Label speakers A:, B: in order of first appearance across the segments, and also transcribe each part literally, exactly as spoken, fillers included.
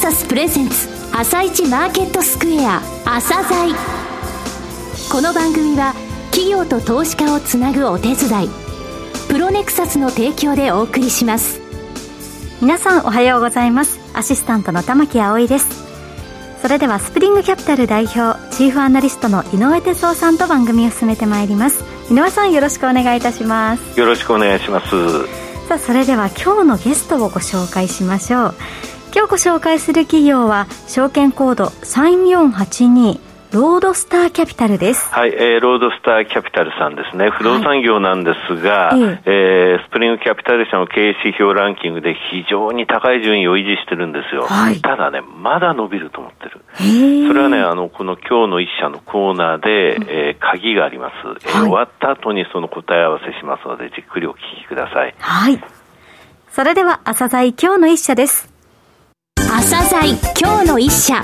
A: サスプレゼンツ朝一マーケットスクエア朝鮮。この番組は企業と投資家をつなぐお手伝い、プロネクサスの提供でお送りします。
B: 皆さんおはようございます。アシスタントの玉木葵です。それではスプリングキャピタル代表チーフアナリストの井上哲夫さんと番組を進めてまいります。井上さん、よろしくお願いいたします。
C: よろしくお願いします。
B: さあ、それでは今日のゲストをご紹介しましょう。今日ご紹介する企業は証券コードさんよんはちにロードスターキャピタルです。
C: はい、えー、ロードスターキャピタルさんですね。不動産業なんですが、はい、えー、スプリングキャピタル社の経営指標ランキングで非常に高い順位を維持してるんですよ。はい、ただね、まだ伸びると思ってる。それはね、あのこの今日の一社のコーナーで、うん、えー、鍵があります、はい、えー、終わった後にその答え合わせしますので、じっくりお聞きください。
B: はい。それでは朝鮮今日の一社です。
A: 朝鮮今日の一社。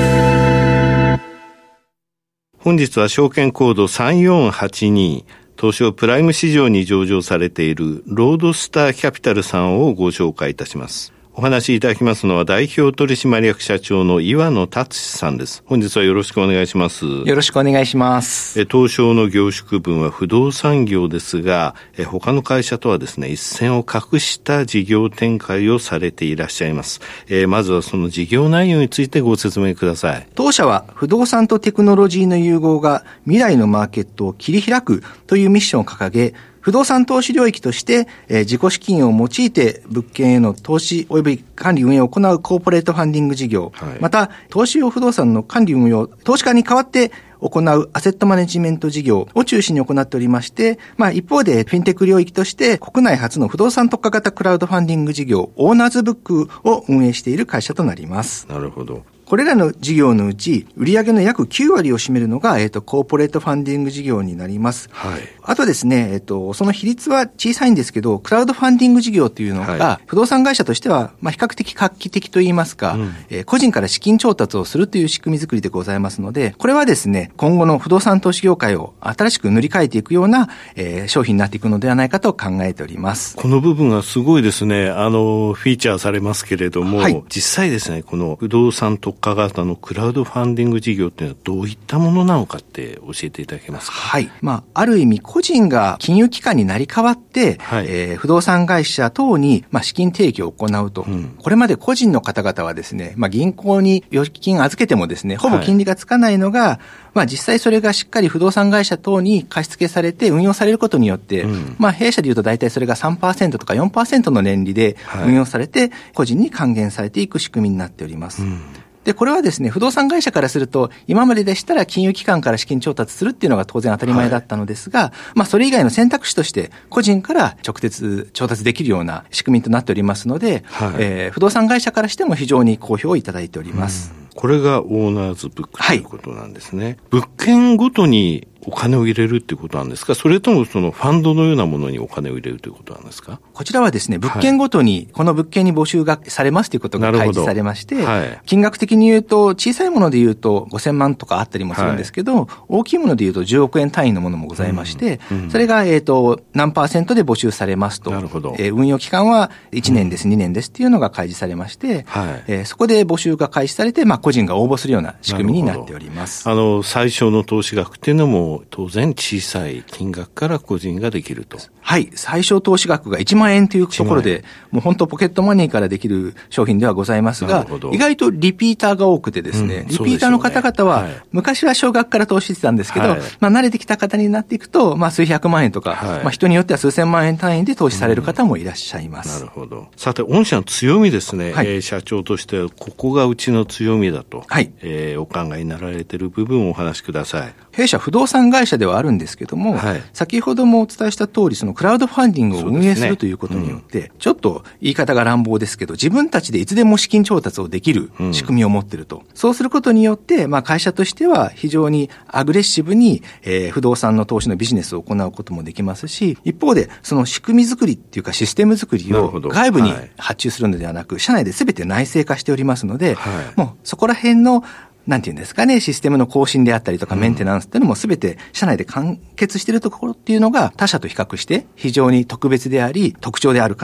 D: 本日は証券コードさんよんはちに、東証プライム市場に上場されているロードスターキャピタルさんをご紹介いたします。お話しいただきますのは代表取締役社長の岩野達さんです。本日はよろしくお願いします。
E: よろしくお願いします。
D: え東証の業種区分は不動産業ですが、え他の会社とはですね、一線を画した事業展開をされていらっしゃいます。えまずはその事業内容についてご説明ください。
E: 当社は不動産とテクノロジーの融合が未来のマーケットを切り開くというミッションを掲げ、不動産投資領域として、えー、自己資金を用いて物件への投資及び管理運営を行うコーポレートファンディング事業、はい、また投資用不動産の管理運用、投資家に代わって行うアセットマネジメント事業を中心に行っておりまして、まあ一方でフィンテック領域として国内初の不動産特化型クラウドファンディング事業オーナーズブックを運営している会社となります。
D: なるほど。
E: これらの事業のうち、売上の約きゅうわりを占めるのが、えっと、コーポレートファンディング事業になります。はい。あとですね、えっと、その比率は小さいんですけど、クラウドファンディング事業というのが、はい、不動産会社としては、まあ、比較的画期的といいますか、うん、えー、個人から資金調達をするという仕組み作りでございますので、これはですね、今後の不動産投資業界を新しく塗り替えていくような、えー、商品になっていくのではないかと考えております。
D: この部分がすごいですね、あの、フィーチャーされますけれども、はい、実際ですね、この不動産特化型のクラウドファンディング事業っていうのはどういったものなのかって教えていただけますか。
E: はい。まあ、ある意味個人が金融機関になり変わって、はい、えー、不動産会社等に、まあ、資金提供を行うと、うん。これまで個人の方々はですね、まあ、銀行に預金預けてもですね、ほぼ金利がつかないのが、はい、まあ、実際それがしっかり不動産会社等に貸し付けされて運用されることによって、うん、まあ、弊社でいうと大体それが さんパーセント とか よんパーセント の年利で運用されて、個人に還元されていく仕組みになっております。うん。で、これはですね、不動産会社からすると、今まででしたら金融機関から資金調達するっていうのが当然当たり前だったのですが、はい、まあ、それ以外の選択肢として、個人から直接調達できるような仕組みとなっておりますので、はい、えー、不動産会社からしても非常に好評をいただいております。
D: うん、これがオーナーズブックということなんですね。はい、物件ごとにお金を入れるっていうことなんですか、それともそのファンドのようなものにお金を入れるということなんですか。
E: こちらはですね、物件ごとにこの物件に募集がされますということが開示されまして、はい、金額的に言うと小さいもので言うとごせんまんとかあったりもするんですけど、はい、大きいもので言うとじゅうおくえん単位のものもございまして、うんうん、それがえっと何パーセントで募集されますと。なるほど。えー、運用期間はいちねんです、うん、にねんですっていうのが開示されまして、はい、えー、そこで募集が開始されて、まあ個人が応募するような仕組みになっております。
D: あの最小の投資額っていうのも当然小さい金額から個人ができると。
E: はい。最小投資額がいちまんえんというところで、もう本当ポケットマネーからできる商品ではございますが、意外とリピーターが多くてですね、うん、リピーターの方々は、はい、昔は少額から投資してたんですけど、はい、まあ慣れてきた方になっていくと、まあ数百万円とか、はい、まあ人によっては数千万円単位で投資される方もいらっしゃいます。
D: うん、なるほど。さて、御社の強みですね、はい、えー、社長としてはここがうちの強みだと、はい、えー、お考えになられている部分をお話しください。
E: 弊社不動産会社ではあるんですけども、はい、先ほどもお伝えした通り、そのクラウドファンディングを運営するということによって、ね、うん、ちょっと言い方が乱暴ですけど、自分たちでいつでも資金調達をできる仕組みを持っていると。うん、そうすることによって、まあ会社としては非常にアグレッシブに、えー、不動産の投資のビジネスを行うこともできますし、一方でその仕組み作りっていうかシステム作りを外部に発注するのではなく、はい、社内で全て内製化しておりますので、はい、もうそこら辺のなんていうんですかね、システムの更新であったりとかメンテナンスっていうのもすべて社内で完結しているところっていうのが他社と比較して非常に特別であり特徴であるかなと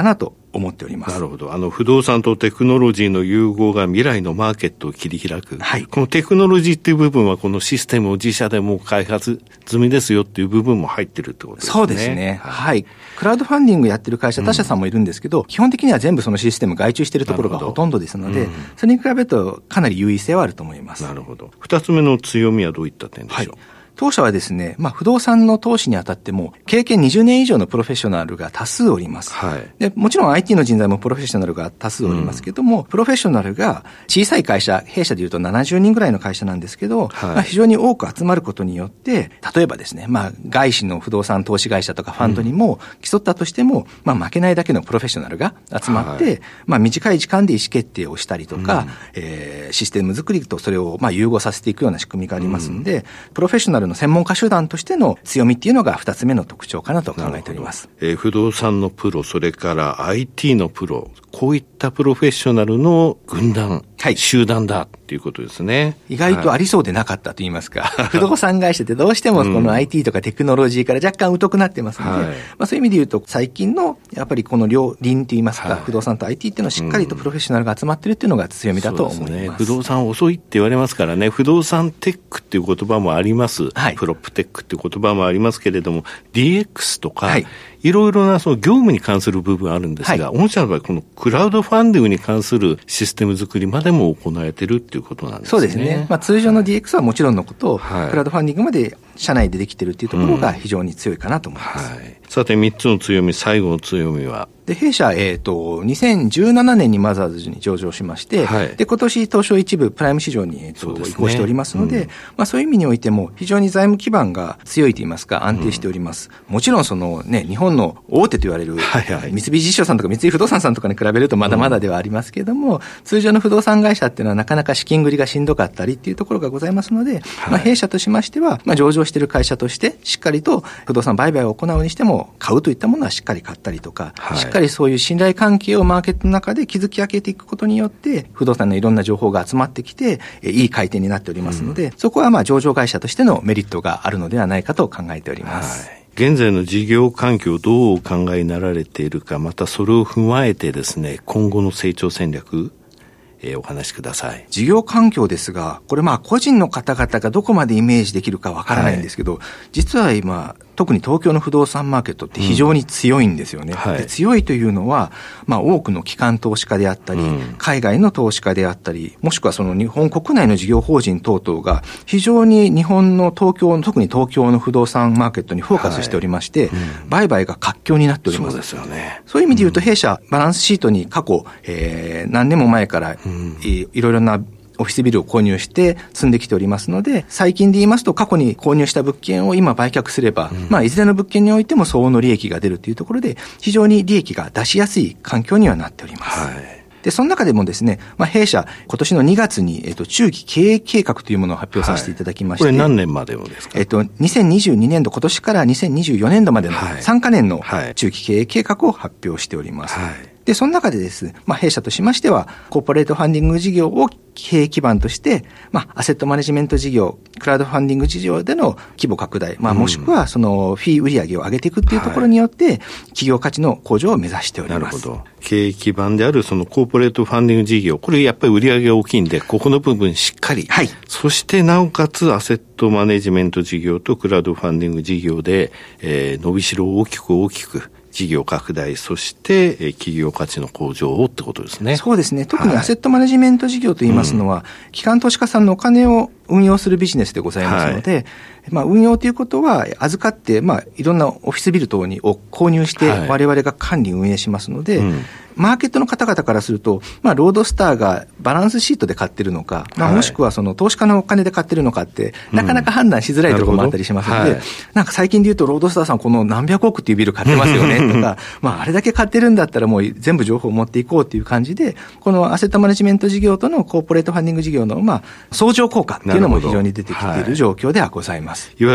E: 思っております。
D: なるほど。あの、不動産とテクノロジーの融合が未来のマーケットを切り開く。
E: はい。
D: このテクノロジーっていう部分は、このシステムを自社でも開発済みですよっていう部分も入ってるってことですね。
E: そうですね。はい。クラウドファンディングやってる会社、他社さんもいるんですけど、うん、基本的には全部そのシステム外注しているところがほとんどですので、うん、それに比べるとかなり優位性はあると思います。
D: なるほど。二つ目の強みはどういった点でしょう？はい、
E: 当社はですね、まあ、不動産の投資にあたっても、経験にじゅうねん以上のプロフェッショナルが多数おります。はい。で、もちろん アイティー の人材もプロフェッショナルが多数おりますけども、うん、プロフェッショナルが小さい会社、弊社でいうとななじゅうにんぐらいの会社なんですけど、はい、まあ、非常に多く集まることによって、例えばですね、まあ、外資の不動産投資会社とかファンドにも競ったとしても、まあ、負けないだけのプロフェッショナルが集まって、はい、まあ、短い時間で意思決定をしたりとか、うん、えー、システム作りとそれをまあ融合させていくような仕組みがありますので、うん、プロフェッショナルの専門家集団としての強みっていうのが二つ目の特徴かなと考えております。
D: えー、不動産のプロ、それから アイティー のプロ、こういったプロフェッショナルの軍団、はい、集団だっていうことですね。
E: 意外とありそうでなかったと言いますか、はい、不動産会社ってどうしてもこの アイティー とかテクノロジーから若干疎くなってますので、はい、まあ、そういう意味で言うと最近のやっぱりこの両輪と言いますか、はい、不動産と アイティー っていうのはしっかりとプロフェッショナルが集まってるっていうのが強みだと思います。そうですね。
D: 不動産遅いって言われますからね、不動産テックっていう言葉もあります。はい、プロップテックっていう言葉もありますけれども、ディーエックス とか、はい、いろいろなその業務に関する部分あるんですが、はい、御社の場合このクラウドファンディングに関するシステム作りまでも行えてるっていうことなんですね。
E: そうですね。まあ、通常の ディーエックス はもちろんのこと、はい、クラウドファンディングまで社内でできてるっていうところが非常に強いかなと思います。
D: うん、はい、さてみっつの強み、最後の強みは？
E: で、弊社、えっと、にせんじゅうななねんにマザーズに上場しまして、はい、で、今年東証一部プライム市場に、えっと、ね、移行しておりますので、うん、まあそういう意味においても非常に財務基盤が強いと言いますか安定しております。うん、もちろんそのね、日本の大手と言われる、はいはい、三菱地所さんとか三井不動産さんとかに比べるとまだまだではありますけれども、うん、通常の不動産会社っていうのはなかなか資金繰りがしんどかったりっていうところがございますので、はい、まあ弊社としましては、まあ上場している会社としてしっかりと不動産売買を行うにしても買うといったものはしっかり買ったりとか、はい、しっかりそういう信頼関係をマーケットの中で築き上げていくことによって不動産のいろんな情報が集まってきていい回転になっておりますので、うん、そこはまあ上場会社としてのメリットがあるのではないかと考えております。はい、
D: 現在の事業環境をどうお考えになられているか、またそれを踏まえてですね、今後の成長戦略、えー、お話しください。
E: 事業環境ですが、これまあ個人の方々がどこまでイメージできるかわからないんですけど、はい、実は今特に東京の不動産マーケットって非常に強いんですよね。うん、はい、で強いというのは、まあ多くの機関投資家であったり、うん、海外の投資家であったり、もしくはその日本国内の事業法人等々が非常に日本の東京の、特に東京の不動産マーケットにフォーカスしておりまして、はい、うん、売買が活況になっております。
D: そうですよね。
E: そういう意味で言うと、弊社、バランスシートに過去、えー、何年も前から、うん、い, いろいろなオフィスビルを購入して積んできておりますので、最近で言いますと過去に購入した物件を今売却すれば、うん、まあいずれの物件においても相応の利益が出るというところで、非常に利益が出しやすい環境にはなっております。はい、で、その中でもですね、まあ弊社、今年のにがつに、えっと、中期経営計画というものを発表させていただきまして。
D: はい、これ何年までのですか？
E: えっと、にせんにじゅうにねんど、今年からにせんにじゅうよねんどまでのさんかねんの中期経営計画を発表しております。はいはい、で、その中でです、まあ、弊社としましては、コーポレートファンディング事業を経営基盤として、まあ、アセットマネジメント事業、クラウドファンディング事業での規模拡大、まあ、もしくは、その、フィー売上を上げていくっていうところによって、はい、企業価値の向上を目指しております。なるほど。
D: 経営基盤である、その、コーポレートファンディング事業、これやっぱり売上が大きいんで、ここの部分しっかり。はい。そして、なおかつ、アセットマネジメント事業とクラウドファンディング事業で、えー、伸びしろを大きく大きく、事業拡大、そして企業価値の向上をってことですね。
E: そうですね。特にアセットマネジメント事業といいますのは、はい、機関投資家さんのお金を運用するビジネスでございますので、はい、まあ運用ということは預かって、まあいろんなオフィスビル等にを購入して我々が管理運営しますので、はい、うん、マーケットの方々からすると、まあ、ロードスターがバランスシートで買ってるのか、まあ、もしくはその投資家のお金で買ってるのかって、なかなか判断しづらいところもあったりしますので、うん、な, はい、なんか最近で言うと、ロードスターさんこの何百億っていうビル買ってますよねとか、まあ、あれだけ買ってるんだったらもう全部情報を持っていこうっていう感じで、このアセットマネジメント事業とのコーポレートファンディング事業の、まあ、相乗効果っていうのも非常に出てきている状況ではございます。
D: はい、いわゆる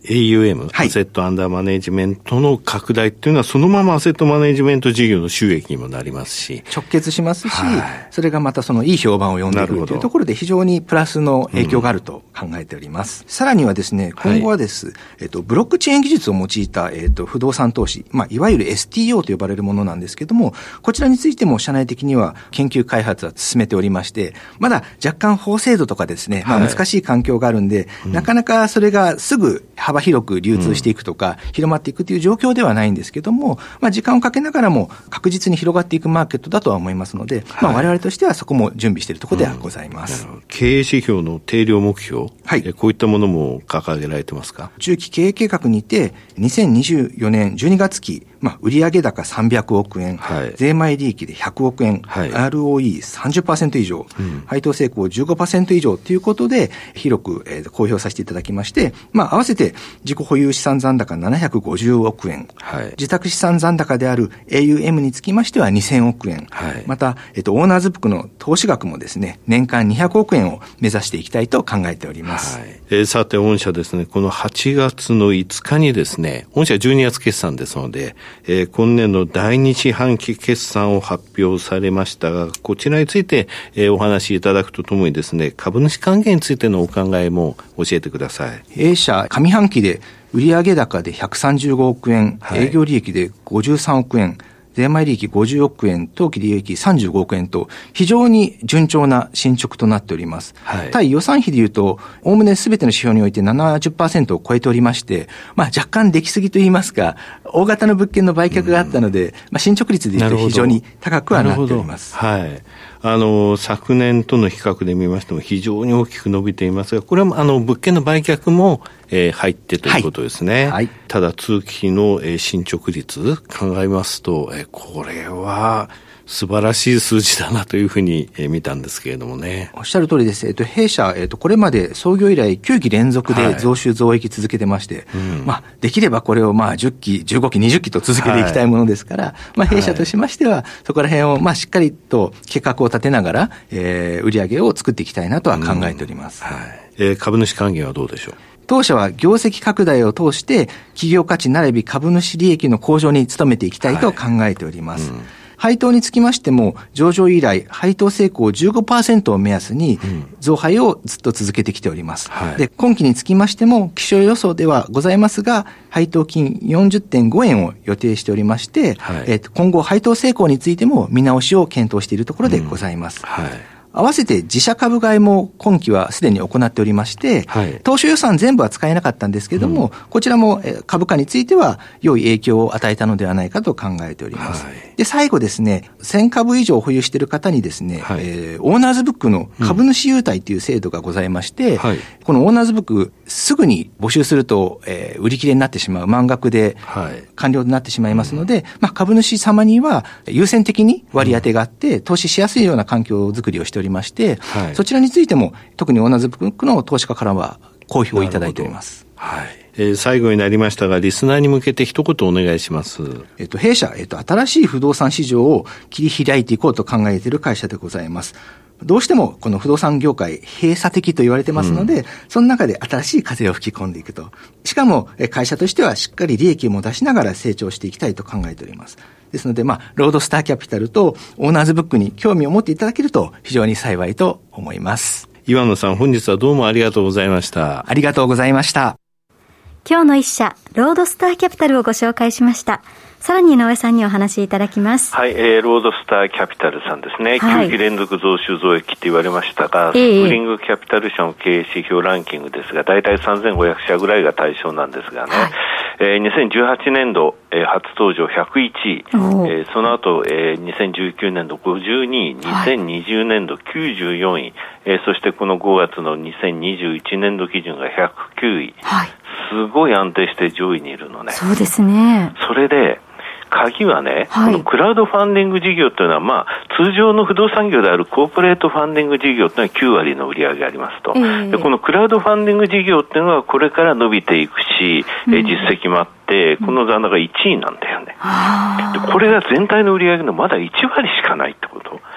D: エーユーエム、はい、アセットアンダーマネジメントの拡大っていうのはそのままアセットマネジメント事業の収益にもなりますし、
E: 直結しますし、はい、それがまたそのいい評判を呼んでいるというところで非常にプラスの影響があると考えております。うん、さらにはですね、今後はです、はい、えっと、ブロックチェーン技術を用いた、えっと、不動産投資、まあ、いわゆる エスティーオー と呼ばれるものなんですけども、こちらについても社内的には研究開発は進めておりまして、まだ若干法制度とかですね、まあ、難しい環境があるんで、はい、なかなかそれがすぐ幅広く流通していくとか、うん、広まっていくという状況ではないんですけども、まあ、時間をかけながらも確実に広がっていくマーケットだとは思いますので、はい、まあ、我々としてはそこも準備しているところではございます。
D: うん、経営指標の定量目標、はい、こういったものも掲げられてますか？
E: 中期経営計画にてにせんにじゅうよねんじゅうにがつ期、まあ、売上高さんびゃくおくえん、はい、税前利益でひゃくおくえん、はい、アールオーイーさんじゅっパーセント 以上、うん、配当成功 じゅうごパーセント 以上ということで広く、えー、公表させていただきまして、まあ、合わせて自己保有資産残高ななひゃくごじゅうおくえん、はい、自宅資産残高である エーユーエム につきましてはにせんおくえん、はい、また、えっと、オーナーズブックの投資額もですね、年間にひゃくおくえんを目指していきたいと考えております。
D: はい、えー、さて、御社ですね、このはちがつのいつかにですね、御社じゅうにがつ決算ですので、えー、今年の第二四半期決算を発表されましたが、こちらについて、えー、お話しいただくとともにですね、株主還元についてのお考えも教えてください。
E: 弊社上半期で売上高でひゃくさんじゅうごおくえん、はい、営業利益でごじゅうさんおくえん、税前利益ごじゅうおくえん、当期利益さんじゅうごおくえんと非常に順調な進捗となっております。はい、対予算費でいうと、おおむねすべての指標において ななじゅっパーセント を超えておりまして、まあ若干出来すぎといいますか、大型の物件の売却があったので、まあ進捗率でいうと非常に高くはなっております。
D: はい。あの、昨年との比較で見ましても非常に大きく伸びていますが、これはあの物件の売却も、えー、入ってということですね。はいはい、ただ通期の、えー、進捗率考えますと、えー、これは素晴らしい数字だなというふうに、えー、見たんですけれどもね。
E: おっしゃる通りです。えっと、弊社、えっと、これまで創業以来きゅうき連続で増収増益続けてまして、はい、うん、まあ、できればこれをまあじゅっき、じゅうごき、にじゅっきと続けていきたいものですから、はい、まあ、弊社としましては、そこら辺をまあしっかりと計画を立てながら、えー、売上を作っていきたいなとは考えております。
D: うん、はい。えー、株主還元はどうでしょう？
E: 当社は業績拡大を通して企業価値並び株主利益の向上に努めていきたいと考えております。はい、うん、配当につきましても上場以来配当成功 じゅうごパーセント を目安に増配をずっと続けてきております。はい、で、今期につきましても期初予想ではございますが配当金 よんじゅってんごえんを予定しておりまして、はい、えー、今後配当成功についても見直しを検討しているところでございます。うん、はい。合わせて自社株買いも今期はすでに行っておりまして、はい、当初予算全部は使えなかったんですけれども、うん、こちらも株価については良い影響を与えたのではないかと考えております。はい、で、最後ですね、せんかぶ以上保有している方にですね、はい、えー、オーナーズブックの株主優待という制度がございまして、うん、はい、このオーナーズブックすぐに募集すると、えー、売り切れになってしまう、満額で完了になってしまいますので、はい、まあ、株主様には優先的に割り当てがあって、うん、投資しやすいような環境づくりをしておりまして、はい、そちらについても特にオーナーズブックの投資家からは好評いただいております。
D: はい。えー、最後になりましたがリスナーに向けて一言お願いします。
E: えっと、弊社、えっと、新しい不動産市場を切り開いていこうと考えている会社でございます。どうしてもこの不動産業界閉鎖的と言われてますので、うん、その中で新しい風を吹き込んでいくと。しかも会社としてはしっかり利益も出しながら成長していきたいと考えております。ですので、まあ、ロードスターキャピタルとオーナーズブックに興味を持っていただけると非常に幸いと思います。
D: 岩野さん、本日はどうもありがとうございました。
E: ありがとうございました。
B: 今日の一社、ロードスターキャピタルをご紹介しました。さらに井上さんにお話しいただきます。
C: はい、えー、ロードスターキャピタルさんですね。はい、きゅうき連続増収増益って言われましたが、えー、スプリングキャピタル社の経営指標ランキングですが、だいたいさんぜんごひゃくしゃぐらいが対象なんですがね、はい、えー、にせんじゅうはちねんど、えー、初登場ひゃくいちい、えー、その後、えー、にせんじゅうきゅうねんどごじゅうにい、にせんにじゅうねんどきゅうじゅうよんい、えー、そしてこのごがつのにせんにじゅういちねんど基準がひゃくきゅうい、はい、すごい安定して上位にいるのね。
B: そうですね。
C: それで鍵はね、はい、このクラウドファンディング事業というのは、まあ、通常の不動産業であるコーポレートファンディング事業というのはきゅうわりの売り上げがありますと、えー、でこのクラウドファンディング事業というのはこれから伸びていくし、うん、え実績もあってこの残高いちいなんだよね、うん、でこれが全体の売り上げのまだいちわりしかないってこと。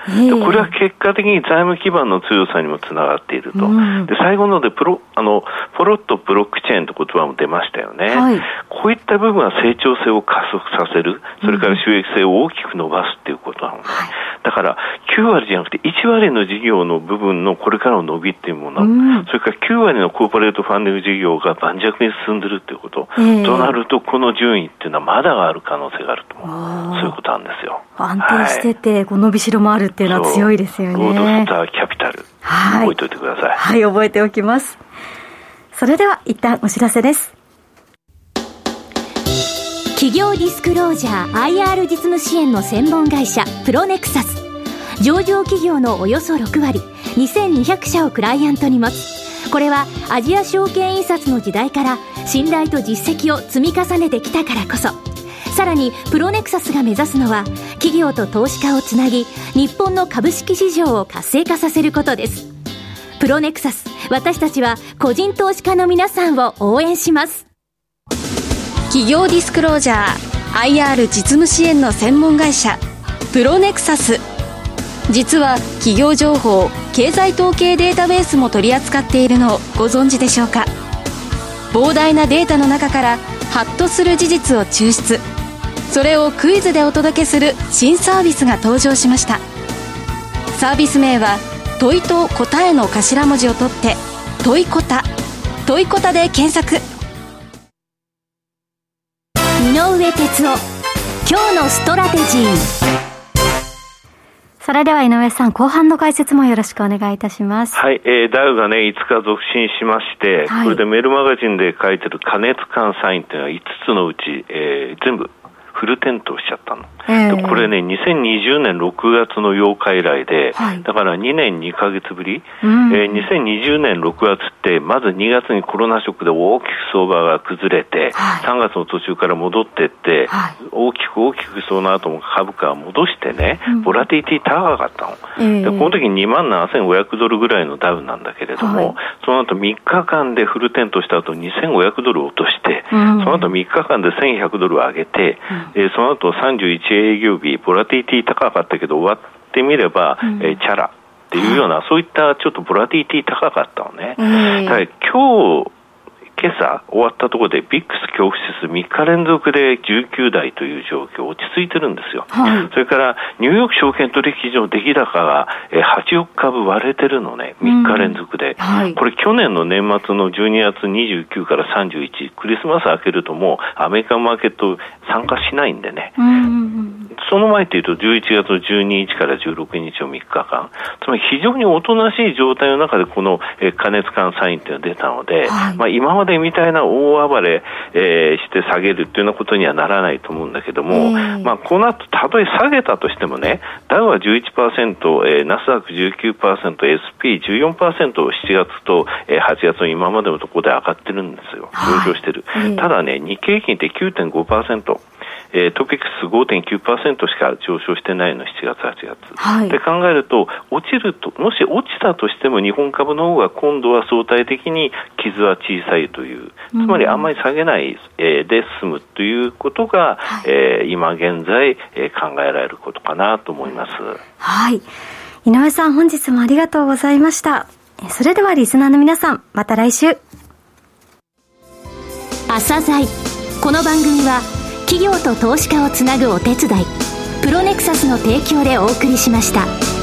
C: えー、でこれは結果的に財務基盤の強さにもつながっていると、うん、で最後のでプロあのポロッとブロックチェーンという言葉も出ましたよね、はい、こういった部分は成長性を加速させる、それから収益性を大きく伸ばすっていうことなので、うん、だからきゅうわりじゃなくていちわりの事業の部分のこれからの伸びっていうもの、うん、それからきゅうわりのコーポレートファンディング事業が盤石に進んでるっていうこと、えー、となるとこの順位っていうのはまだある可能性があると思う。そういうことなんですよ。
B: 安定してて、はい、こう伸びしろもあるっていうのは強いですよね。
C: ロードスターキャピタル、はい、覚えておいてください。
B: はい、覚えておきます。それでは一旦お知らせです。
A: 企業ディスクロージャー アイアール 実務支援の専門会社プロネクサス、上場企業のおよそろくわりにせんにひゃくしゃをクライアントに持つ。これはアジア証券印刷の時代から信頼と実績を積み重ねてきたからこそ。さらにプロネクサスが目指すのは企業と投資家をつなぎ、日本の株式市場を活性化させることです。プロネクサス、私たちは個人投資家の皆さんを応援します。
F: 企業ディスクロージャー アイアール 実務支援の専門会社プロネクサス、実は企業情報、経済統計データベースも取り扱っているのをご存知でしょうか。膨大なデータの中からハッとする事実を抽出、それをクイズでお届けする新サービスが登場しました。サービス名は問いと答えの頭文字を取って問いこた、問いこたで検索。
A: 井上哲夫、今日のストラテジー。
B: それでは井上さん、後半の解説もよろしくお願いいたします。
C: はい、えー、ダウがねいつか続伸しまして、はい、これでメールマガジンで書いてる過熱感サインっていうのはいつつのうち、えー、全部フル点灯しちゃったの、えー、でこれねにせんにじゅうねんろくがつのようか以来で、はい、だからにねんにかげつぶり、うんえー、にせんにじゅうねんろくがつってまずにがつにコロナショックで大きく相場が崩れて、はい、さんがつの途中から戻っていって、はい、大きく大きくその後も株価を戻してね、うん、ボラティティ高かったの、えー、でこの時にまんななせんごひゃくドルぐらいのダウなんだけれども、はい、その後みっかかんでフル点灯した後にせんごひゃくドル落として、うん、その後みっかかんでせんひゃくドル上げて、うんえー、その後さんじゅういち営業日ボラティティ高かったけど終わってみれば、うんえー、チャラっていうような、はい、そういったちょっとボラティティ高かったのね、えー、だから今日今朝終わったところでビックス恐怖指数みっか連続でじゅうきゅうだいという状況落ち着いてるんですよ、はい、それからニューヨーク証券取引所の出来高がはちおくかぶ割れてるのね、みっか連続で、うんはい、これ去年の年末のじゅうにがつにじゅうくからさんじゅういちクリスマス明けるともうアメリカマーケット参加しないんでね、うんその前っていうとじゅういちがつのじゅうににちからじゅうろくにちのみっかかん、つまり非常におとなしい状態の中でこの過熱感サインっていうのが出たので、はいまあ、今までみたいな大暴れ、えー、して下げるっていうようなことにはならないと思うんだけども、えーまあ、この後たとえ下げたとしてもね、ダウは じゅういちパーセント、えー、ナスダック じゅうきゅうパーセント、エスピーじゅうよんパーセント をしちがつと、えー、はちがつの今までのところで上がってるんですよ。上昇してる、はい、ただね日経平均って きゅうてんごパーセント、えー、トピックス ごてんきゅうパーセント しか上昇してないのしちがつはちがつ、はい、で考えると落ちるともし落ちたとしても日本株の方が今度は相対的に傷は小さいという、つまりあんまり下げない、えー、で済むということが、はいえー、今現在、えー、考えられることかなと思います。
B: はい、井上さん本日もありがとうございました。それではリスナーの皆さんまた来週。
A: 朝鮮この番組は企業と投資家をつなぐお手伝いプロネクサスの提供でお送りしました。